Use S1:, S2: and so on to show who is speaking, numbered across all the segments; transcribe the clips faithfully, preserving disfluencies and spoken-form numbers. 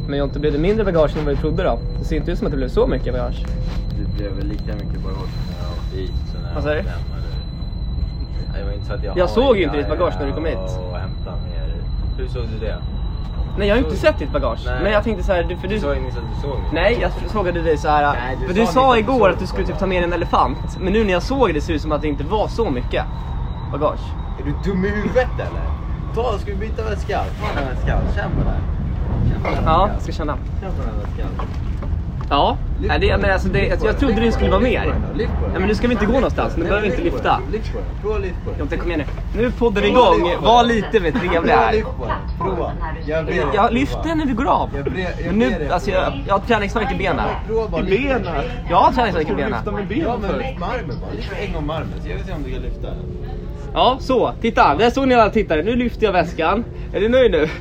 S1: Men inte blev det mindre bagage än vad du trodde då? Det ser inte ut som att det blev så mycket bagage.
S2: Det blev väl lika mycket bagage när jag åkte hit.
S1: Vad säger du?
S2: Jag, var inte så att jag,
S1: jag såg ju inte ditt bagage när du kom hit.
S2: Och hämta mer. Hur såg du det?
S1: Nej, jag har inte sett ditt bagage.
S2: Nej.
S1: Men jag tänkte så här, du, för du...
S2: Du sa ju nyss att du såg mig.
S1: Nej, jag frågade dig så här.
S2: Nej, du
S1: för
S2: sa
S1: du sa
S2: att
S1: igår
S2: du
S1: att du skulle typ ta med en elefant. Men nu när jag såg det, det ser ut som att det inte var så mycket bagage.
S2: Är du dum i huvudet eller? Ta, ska vi byta väska? Ta den väskan, känn på den. Känn på den
S1: Ja,
S2: väskan.
S1: jag ska känna.
S2: Känn på den väskan.
S1: Ja, nej, det, men alltså det, jag, jag trodde du skulle vara mer. Ja, men nu ska vi inte gå någonstans, nu behöver vi inte lyfta.
S2: Lyft på den, prova lyft på den.
S1: Jonte, kom igen nu. Nu är podden igång, var lite med trevliga här.
S2: Lyft på den, prova. Jag ber.
S1: Jag lyfter när vi går av.
S2: Jag ber, jag
S1: Men nu,
S2: ber dig.
S1: alltså jag, jag har träningsvärk i benen.
S2: Prova bara
S3: I
S2: lyft.
S3: benen?
S1: Jag har träningsvärk i benen.
S3: Lyfta med
S2: Ja
S3: benen
S2: men
S3: för.
S2: lyft med armen bara, lyft en gång med armen så jag vill se om du kan lyfta den.
S1: Ja, så. Titta, där såg ni alla tittare. Nu lyfter jag väskan. Är du nöjd nu?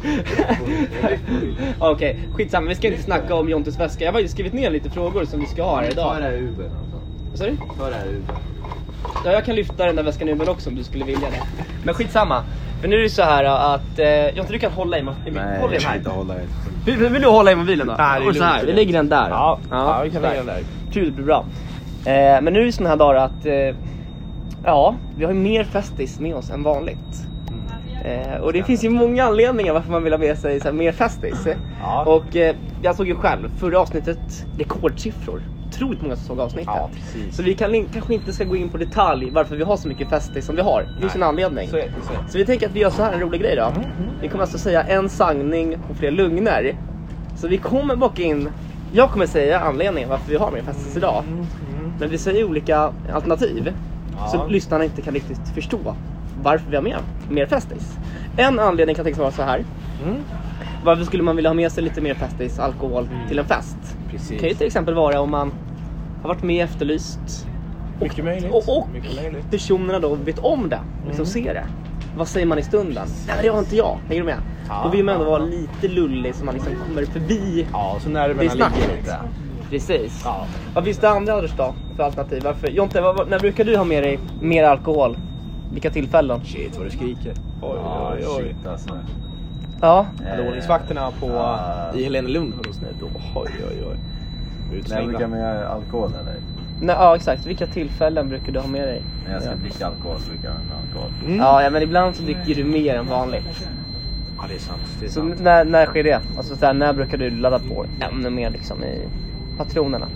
S1: Okej, okay, skitsamma. Vi ska inte snacka om Jontes väska. Jag har ju skrivit ner lite frågor som vi ska ha här idag.
S2: Ta det här Uber alltså.
S1: Vad sa du?
S2: Ta det här Uber.
S1: Ja, jag kan lyfta den där väskan nu men också om du skulle vilja det. Men skitsamma. För nu är det så här att eh, Jonte, du kan hålla i mobilen.
S2: Nej,
S1: Håll i
S2: jag
S1: den här.
S2: kan inte hålla i.
S1: Vill, vill du hålla i mobilen då?
S3: Nej, det är
S1: och så här,
S3: lugnt.
S1: vi lägger den där.
S3: Ja, ja, vi kan lägga den där.
S1: Tror det blir bra. Eh, men nu är det såna här dagar att eh, ja, vi har ju mer festis med oss än vanligt. Eh, och det finns ju många anledningar varför man vill ha med sig så här, mer festis.
S3: Ja.
S1: Och eh, jag såg ju själv förra avsnittet rekordsiffror. Otroligt många som såg avsnittet.
S3: Ja, precis.
S1: Så vi kan, kanske inte ska gå in på detalj varför vi har så mycket festis som vi har. Det finns en anledning.
S3: Så är det, så är det.
S1: Så vi tänker att vi gör så här en rolig grej då.
S3: Mm, mm.
S1: Vi kommer alltså säga en sanning och fler lögner. Så vi kommer baka in, jag kommer säga anledningen varför vi har mer festis idag.
S3: Mm, mm.
S1: Men vi säger olika alternativ.
S3: Ja.
S1: Så lyssnarna inte kan riktigt förstå varför vi har med mer festis. En anledning kan tänkas vara så här.
S3: Mm.
S1: Varför skulle man vilja ha med sig lite mer festis, alkohol
S3: Mm.
S1: till en fest?
S3: Precis.
S1: Det kan ju till exempel vara om man har varit med Efterlyst.
S3: Mycket möjligt.
S1: Och, och
S3: Mycket möjligt.
S1: personerna då vet om det, liksom ser det. Vad säger man i stunden? Nej, det har inte jag. Hänger du med?
S3: Ja.
S1: Då vill man ändå vara lite lullig så man liksom kommer förbi.
S3: Ja, så
S1: Det
S3: nerverna
S1: är snacket.
S3: ligger lite.
S1: Precis.
S3: Ja.
S1: Vad finns det andra Anders då för alternativ? Varför? Jonte, vad, vad, när brukar du ha med dig mer alkohol? Vilka tillfällen?
S3: Shit vad du skriker. Oj,
S2: Ja,
S3: oj, oj.
S2: shit alltså.
S1: Ja.
S3: Ja, ordningsvakterna på
S2: Ja.
S3: i Helenelund har oss nu. Oj, oj, oj.
S2: När
S3: Utslängda.
S2: brukar man göra alkohol eller?
S1: Nej, ja, exakt. Vilka tillfällen brukar du ha med dig?
S2: När jag ska
S1: Ja.
S2: dricka alkohol så brukar jag ha alkohol.
S3: Mm.
S1: Ja, ja, men ibland så dricker du mer än vanligt.
S3: Ja, det är sant. Det är
S1: Så
S3: sant.
S1: när, när sker det? Alltså så här, när brukar du ladda på ännu mer liksom i patronerna?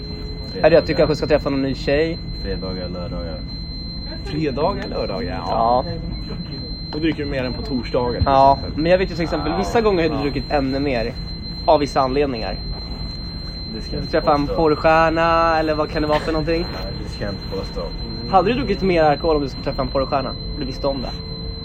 S1: Är det att du kanske ska träffa någon ny tjej?
S2: Fredagar, lördagar.
S3: Fredagar, lördagar.
S1: Ja.
S3: Då dricker du mer än på torsdagar till
S1: Ja,
S3: exempel.
S1: men jag vet ju till exempel vissa gånger har du druckit ännu mer av vissa anledningar.
S2: Det ska
S1: Du
S2: jag inte
S1: träffa en
S2: påstå.
S1: porrstjärna eller vad kan det vara för någonting?
S2: Nej, det ska jag inte påstå.
S1: Hade du druckit mer alkohol om du skulle träffa en porrstjärna? Du visste om det.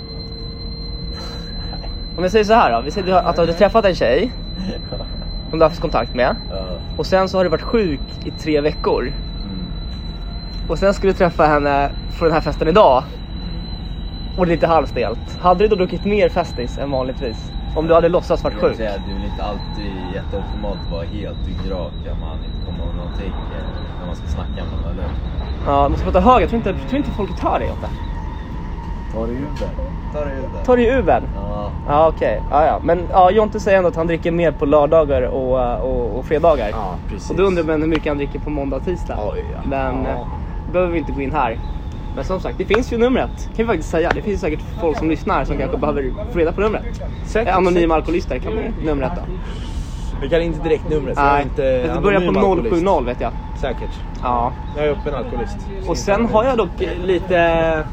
S1: Om jag säger så här då, vi säger att du hade träffat en tjej som du har haft kontakt med.
S2: Ja.
S1: Och sen så har du varit sjuk i tre veckor.
S2: Mm.
S1: Och sen skulle du träffa henne för den här festen idag. Och det är lite halvstelt. Hade du då druckit mer festis än vanligtvis? Om du hade låtsats varit
S2: Jag vill
S1: sjuk?
S2: säga att det är väl inte alltid jätteoptimalt att vara helt dyngrak om man inte kommer ihåg någonting eh, när man ska snacka med någon, eller?
S1: Ja, man måste prata högre. Jag tror inte, jag tror inte folket hör det, Jota.
S2: Ta det i Uber. Ta det i Uber.
S1: Tar du i Ubern?
S2: Ja.
S1: Ja, okej. Okay. Ja, ja. Men ja, Jonte säger ändå att han dricker mer på lördagar och, och, och fredagar.
S3: Ja, precis.
S1: Och då undrar man hur mycket han dricker på måndag och tisdag.
S3: Oj, ja.
S1: Men
S3: Ja.
S1: eh, behöver vi inte gå in här. Men som sagt, det finns ju numret. Kan vi faktiskt säga. Det finns säkert folk som lyssnar som kanske behöver få reda på numret.
S3: Säkert,
S1: Anonyma
S3: säkert.
S1: alkoholister kan bli numret då.
S3: Vi kan inte direkt numret. så jag är
S1: Nej,
S3: inte
S1: det börjar på
S3: anonym
S1: noll
S3: alkoholist.
S1: sju noll vet jag.
S3: Säkert.
S1: Ja.
S3: Jag är öppen alkoholist.
S1: Och sen har jag dock lite...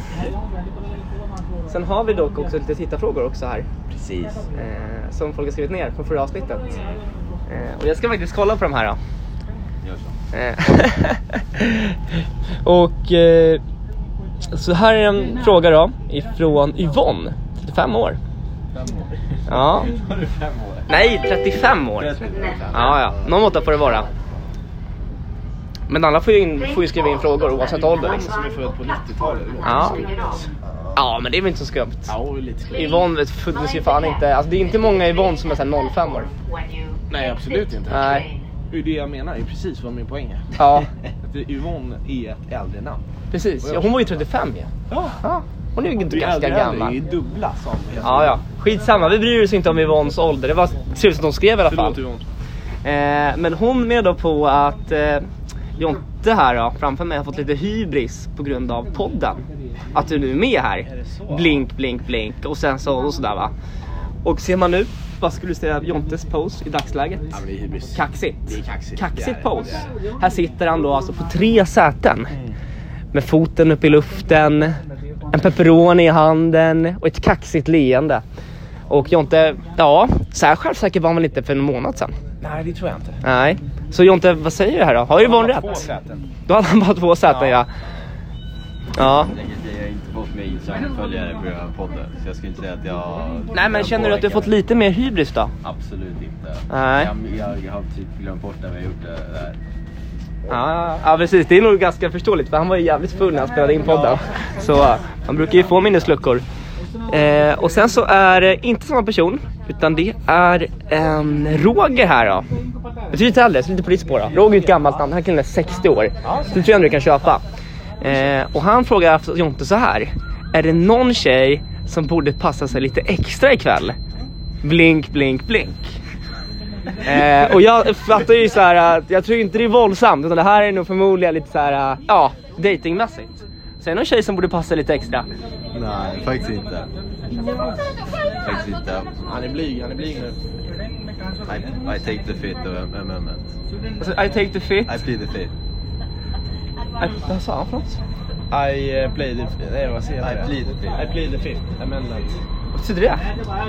S1: Sen har vi dock också lite tittarfrågor också här.
S2: Precis.
S1: Eh, som folk har skrivit ner från förra avsnittet. Eh, och jag ska faktiskt kolla på de här då.
S2: Gör så.
S1: Eh, och eh, så här är en fråga då ifrån Yvonne, trettiofem år.
S2: Fem år.
S1: Ja.
S2: Har du fem år?
S1: Nej, trettiofem år. Ja, ja. Någon måtta får det vara. Men alla får ju, in, får ju skriva in frågor oavsett ålder liksom.
S3: Som är född på nittiotalet.
S1: Ja. Ja, men det är väl inte så skumt.
S3: Ja, lite skumt.
S1: Yvonne vet, föddes ju fan inte. Alltså det är inte många Yvonne som är så här noll fem år.
S3: Nej, absolut inte.
S1: Nej.
S3: Det är det jag menar. Det är precis vad min poäng är.
S1: Ja,
S3: Att Yvonne är ett äldre namn.
S1: precis. Ja, hon var ju trettiofem ju.
S3: Ja.
S1: Ja. Hon är ju
S3: Du är
S1: ganska
S3: äldre,
S1: gammal.
S3: Det är ju dubbla som heter.
S1: Ja, ja. Skitsamma, vi bryr oss inte om Yvonnes ålder. Det var ser ut som de skrev i alla fall.
S3: Förlåt, Yvonne.
S1: Eh, men hon med då på att eh, Jonte här då, framför mig har fått lite hybris på grund av podden. Att du nu är med här. Blink, blink, blink. Och sen så och sådär va. Och ser man nu, vad skulle du säga Jontes pose i dagsläget?
S3: Ja, men det är hybris.
S1: Kaxigt.
S3: Det är kaxigt.
S1: Kaxigt
S3: Det är-
S1: pose.
S3: det är-
S1: Här sitter han då alltså på tre säten. Med foten upp i luften, en pepperoni i handen och ett kaxigt leende. Och Jonte, ja, så här självsäker var man inte för en månad sedan.
S3: Nej, det tror jag inte.
S1: Nej. Så Jonte, vad säger du här då? Har Yvonne
S3: Två
S1: rätt?
S3: säten.
S1: Då hade han bara två säten, ja. Ja.
S2: Jag har inte fått mig Instagram-följare på den här podden, så jag skulle inte säga att jag...
S1: Nej, men känner du att du har fått lite mer hybris då?
S2: Absolut inte.
S1: Nej.
S2: Jag, jag, jag har typ glömt bort när vi har gjort det där.
S1: Ja, ja, precis. Det är nog ganska förståeligt, för han var ju jävligt full när han spelade in podden. Så uh, han brukar ju få minnesluckor. Eh, och sen så är det inte samma person, utan det är en Roger här då. Betydligt äldre, så lite polis på då. Roger är ett gammalt namn, han är sextio år. Så det tror jag du kan köpa. Eh, och han frågar alltså Jonte så här: är det någon tjej som borde passa sig lite extra ikväll? Blink, blink, blink. Eh, och jag fattar ju så här att jag tror inte det är våldsamt, utan det här är nog förmodligen lite så här, ja, datingmässigt. Så är det någon tjej som borde passa lite extra?
S2: Nej, faktiskt inte. Faktiskt inte.
S3: Han är blyg, han är blyg nu.
S2: I, I take the fit of M M M.
S1: Alltså, I take the fit.
S2: I plead the fit.
S1: I, vad sa han för något?
S3: I uh, play the... Nej, vad säger jag?
S2: I plead the fifth.
S3: I plead the fifth. Amendment.
S1: Vad betyder det?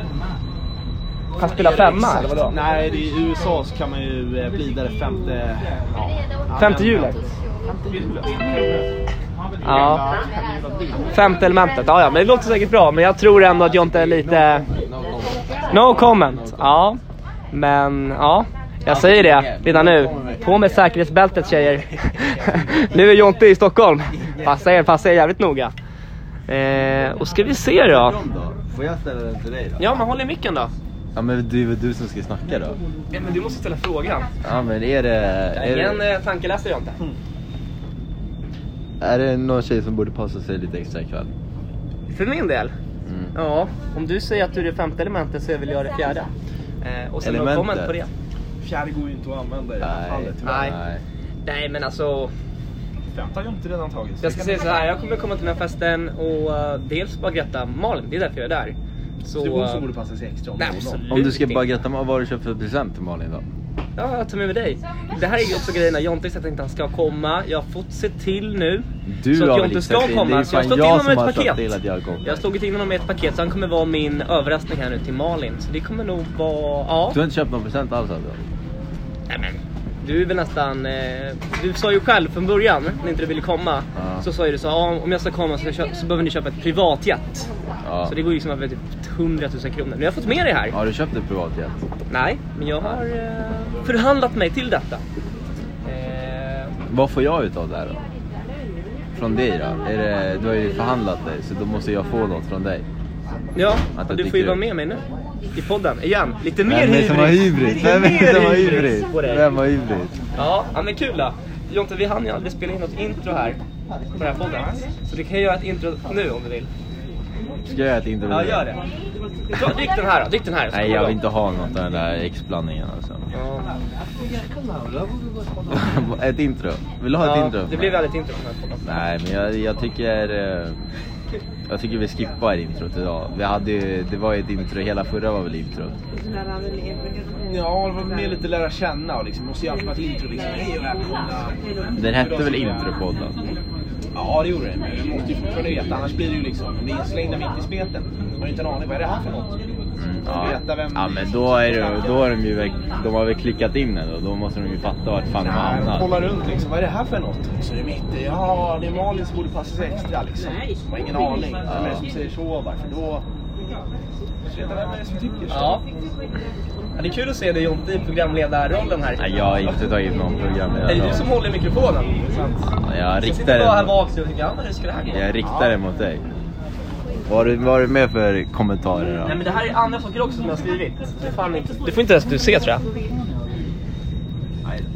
S1: Han spelar femma, eller vadå?
S3: Nej, det är i U S A så kan man ju eh, blida det femte... Ja.
S1: Femte hjulet.
S3: Femte hjulet.
S1: Ja. Femte elementet, ja, ja, men det låter säkert bra. Men jag tror ändå att Jonte är lite... No comment. Ja, men ja, jag säger det redan nu. På med säkerhetsbältet, tjejer. Nu är Jonte i Stockholm. Passa er, passa er jävligt noga. Eh, och ska vi se då.
S2: Får jag ställa den till dig då?
S1: Ja, man håller i micken då.
S2: Ja, men det är väl du som ska snacka då?
S1: Ja, men du måste ställa frågan.
S2: Ja, men är det... Är
S1: Ingen
S2: det,
S1: eh, tankeläsare, Jonte.
S2: är det någon tjej som borde passa sig lite extra ikväll?
S1: För min del.
S2: Mm.
S1: Ja, om du säger att du är det femte elementet så vill jag det fjärde. Eh, och sen
S2: Elementet.
S1: någon comment på det.
S3: Fjärde går ju inte att använda i det här
S2: Nej.
S3: fallet. tyvärr.
S1: Nej.
S2: Nej.
S1: Nej, men alltså...
S3: Femte har ju inte redan tagit.
S1: Jag ska säga så här, jag kommer komma till den här festen och uh, dels bara gratta Malin, det är därför jag är där. Så,
S3: Så det är hon som
S1: uh,
S3: borde passa sig extra om
S1: nej,
S3: någon.
S1: absolut.
S2: Om du ska
S1: inte.
S2: bara gratta, vad har du köpt för present till Malin då?
S1: Ja, jag tar med dig. Det här är ju också grejerna, Jonte sa att han ska komma. Jag har fått se till nu.
S2: Du
S1: så
S2: har
S1: att
S2: väl
S1: Jonte
S2: inte sett
S1: ska
S2: till.
S1: komma.
S2: Det är
S1: Så jag har
S2: fan
S1: slått in
S2: jag
S1: honom
S2: som
S1: med
S2: har
S1: ett
S2: sagt
S1: paket.
S2: till att jag kommer.
S1: Jag har slagit in honom med ett paket, så han kommer vara min överraskning här nu till Malin. Så det kommer nog vara... Ja.
S2: Du har inte köpt någon present alls alltså?
S1: Nej, men du är väl nästan... Eh, du sa ju själv från början, när inte du ville komma.
S2: Ja.
S1: Så sa ju du så, ja, om jag ska komma så, så, så behöver ni köpa ett privatjet.
S2: Ja.
S1: Så det går ju liksom över typ hundratusen kronor. Nu har jag fått med det här.
S2: Har du köpt ett privatjet?
S1: Nej, men jag har eh, förhandlat mig till detta. Eh,
S2: Vad får jag ut av det här då? Från dig då? Är det, du har ju förhandlat dig, så då måste jag få något från dig.
S1: ja,
S2: Att
S1: och
S2: jag
S1: du får ju
S2: tycker-
S1: vara med mig nu. I podden, igen. Lite mer
S2: Vem är det som har hybris?
S1: Lite
S2: Vem är
S1: mer
S2: det som har
S1: hybris
S2: hybris?
S1: på dig.
S2: Vem har hybris?
S1: Ja, ja, men kul då. Jonte, vi hann ju aldrig spela in något intro här på den här podden. Så du kan ju göra ett intro nu om du vill.
S2: Ska jag göra ett intro?
S1: Ja, gör det. Ta- Drick den här då, drick den här. så
S2: Nej,
S1: kommer
S2: jag
S1: vi
S2: vill
S1: igång.
S2: inte ha något av den där X-blandningen alltså.
S1: Ja.
S2: Ett intro. Vill du ha ett
S1: Ja,
S2: intro?
S1: det blir väldigt intro på den här podden.
S2: Nej, men jag, jag tycker... eh, Jag tycker vi skippar introt idag. Vi hade ju, det var ju ett intro, hela förra var väl intro.
S3: Ja, det var mer lite lära känna och liksom måste hjälpa ett intro liksom. Hej och välkomna.
S2: Den hette väl Intropodden?
S3: Ja, det gjorde det. Men du måste ju fortfarande veta, annars blir det ju liksom, vi är inslängda mitt i smeten. Man har ju inte en aning, vad är det här för något?
S2: Ja,
S3: Veta vem-
S2: ja men då är det, då är de ju, väl- de har väl klickat in den och då måste de ju fatta vart fan de har
S3: Nej,
S2: hamnat.
S3: kolla runt liksom, vad är det här för något? Så är det mitt i, ja det är Malin som borde passa sig extra liksom. Man har ingen aning, vem är det som säger så, varför då? Så veta vem är det som tycker så?
S1: Ja. Ja, det är kul att se dig Jonte i programledarrollen här.
S2: Nej, jag har inte tagit någon programledare.
S1: Är det du som håller i mikrofonen?
S2: Ja, jag
S1: Så
S2: riktar
S1: sitter bara här
S2: den,
S1: bak och tänker, ja, hur ska det här gå?
S2: jag riktar den mot dig. Vad har du, vad har du med för kommentarer då?
S1: Nej, men det här är andra saker också som jag har skrivit. Det, är fan inte, det får inte ens du se, tror jag.
S2: Nej då.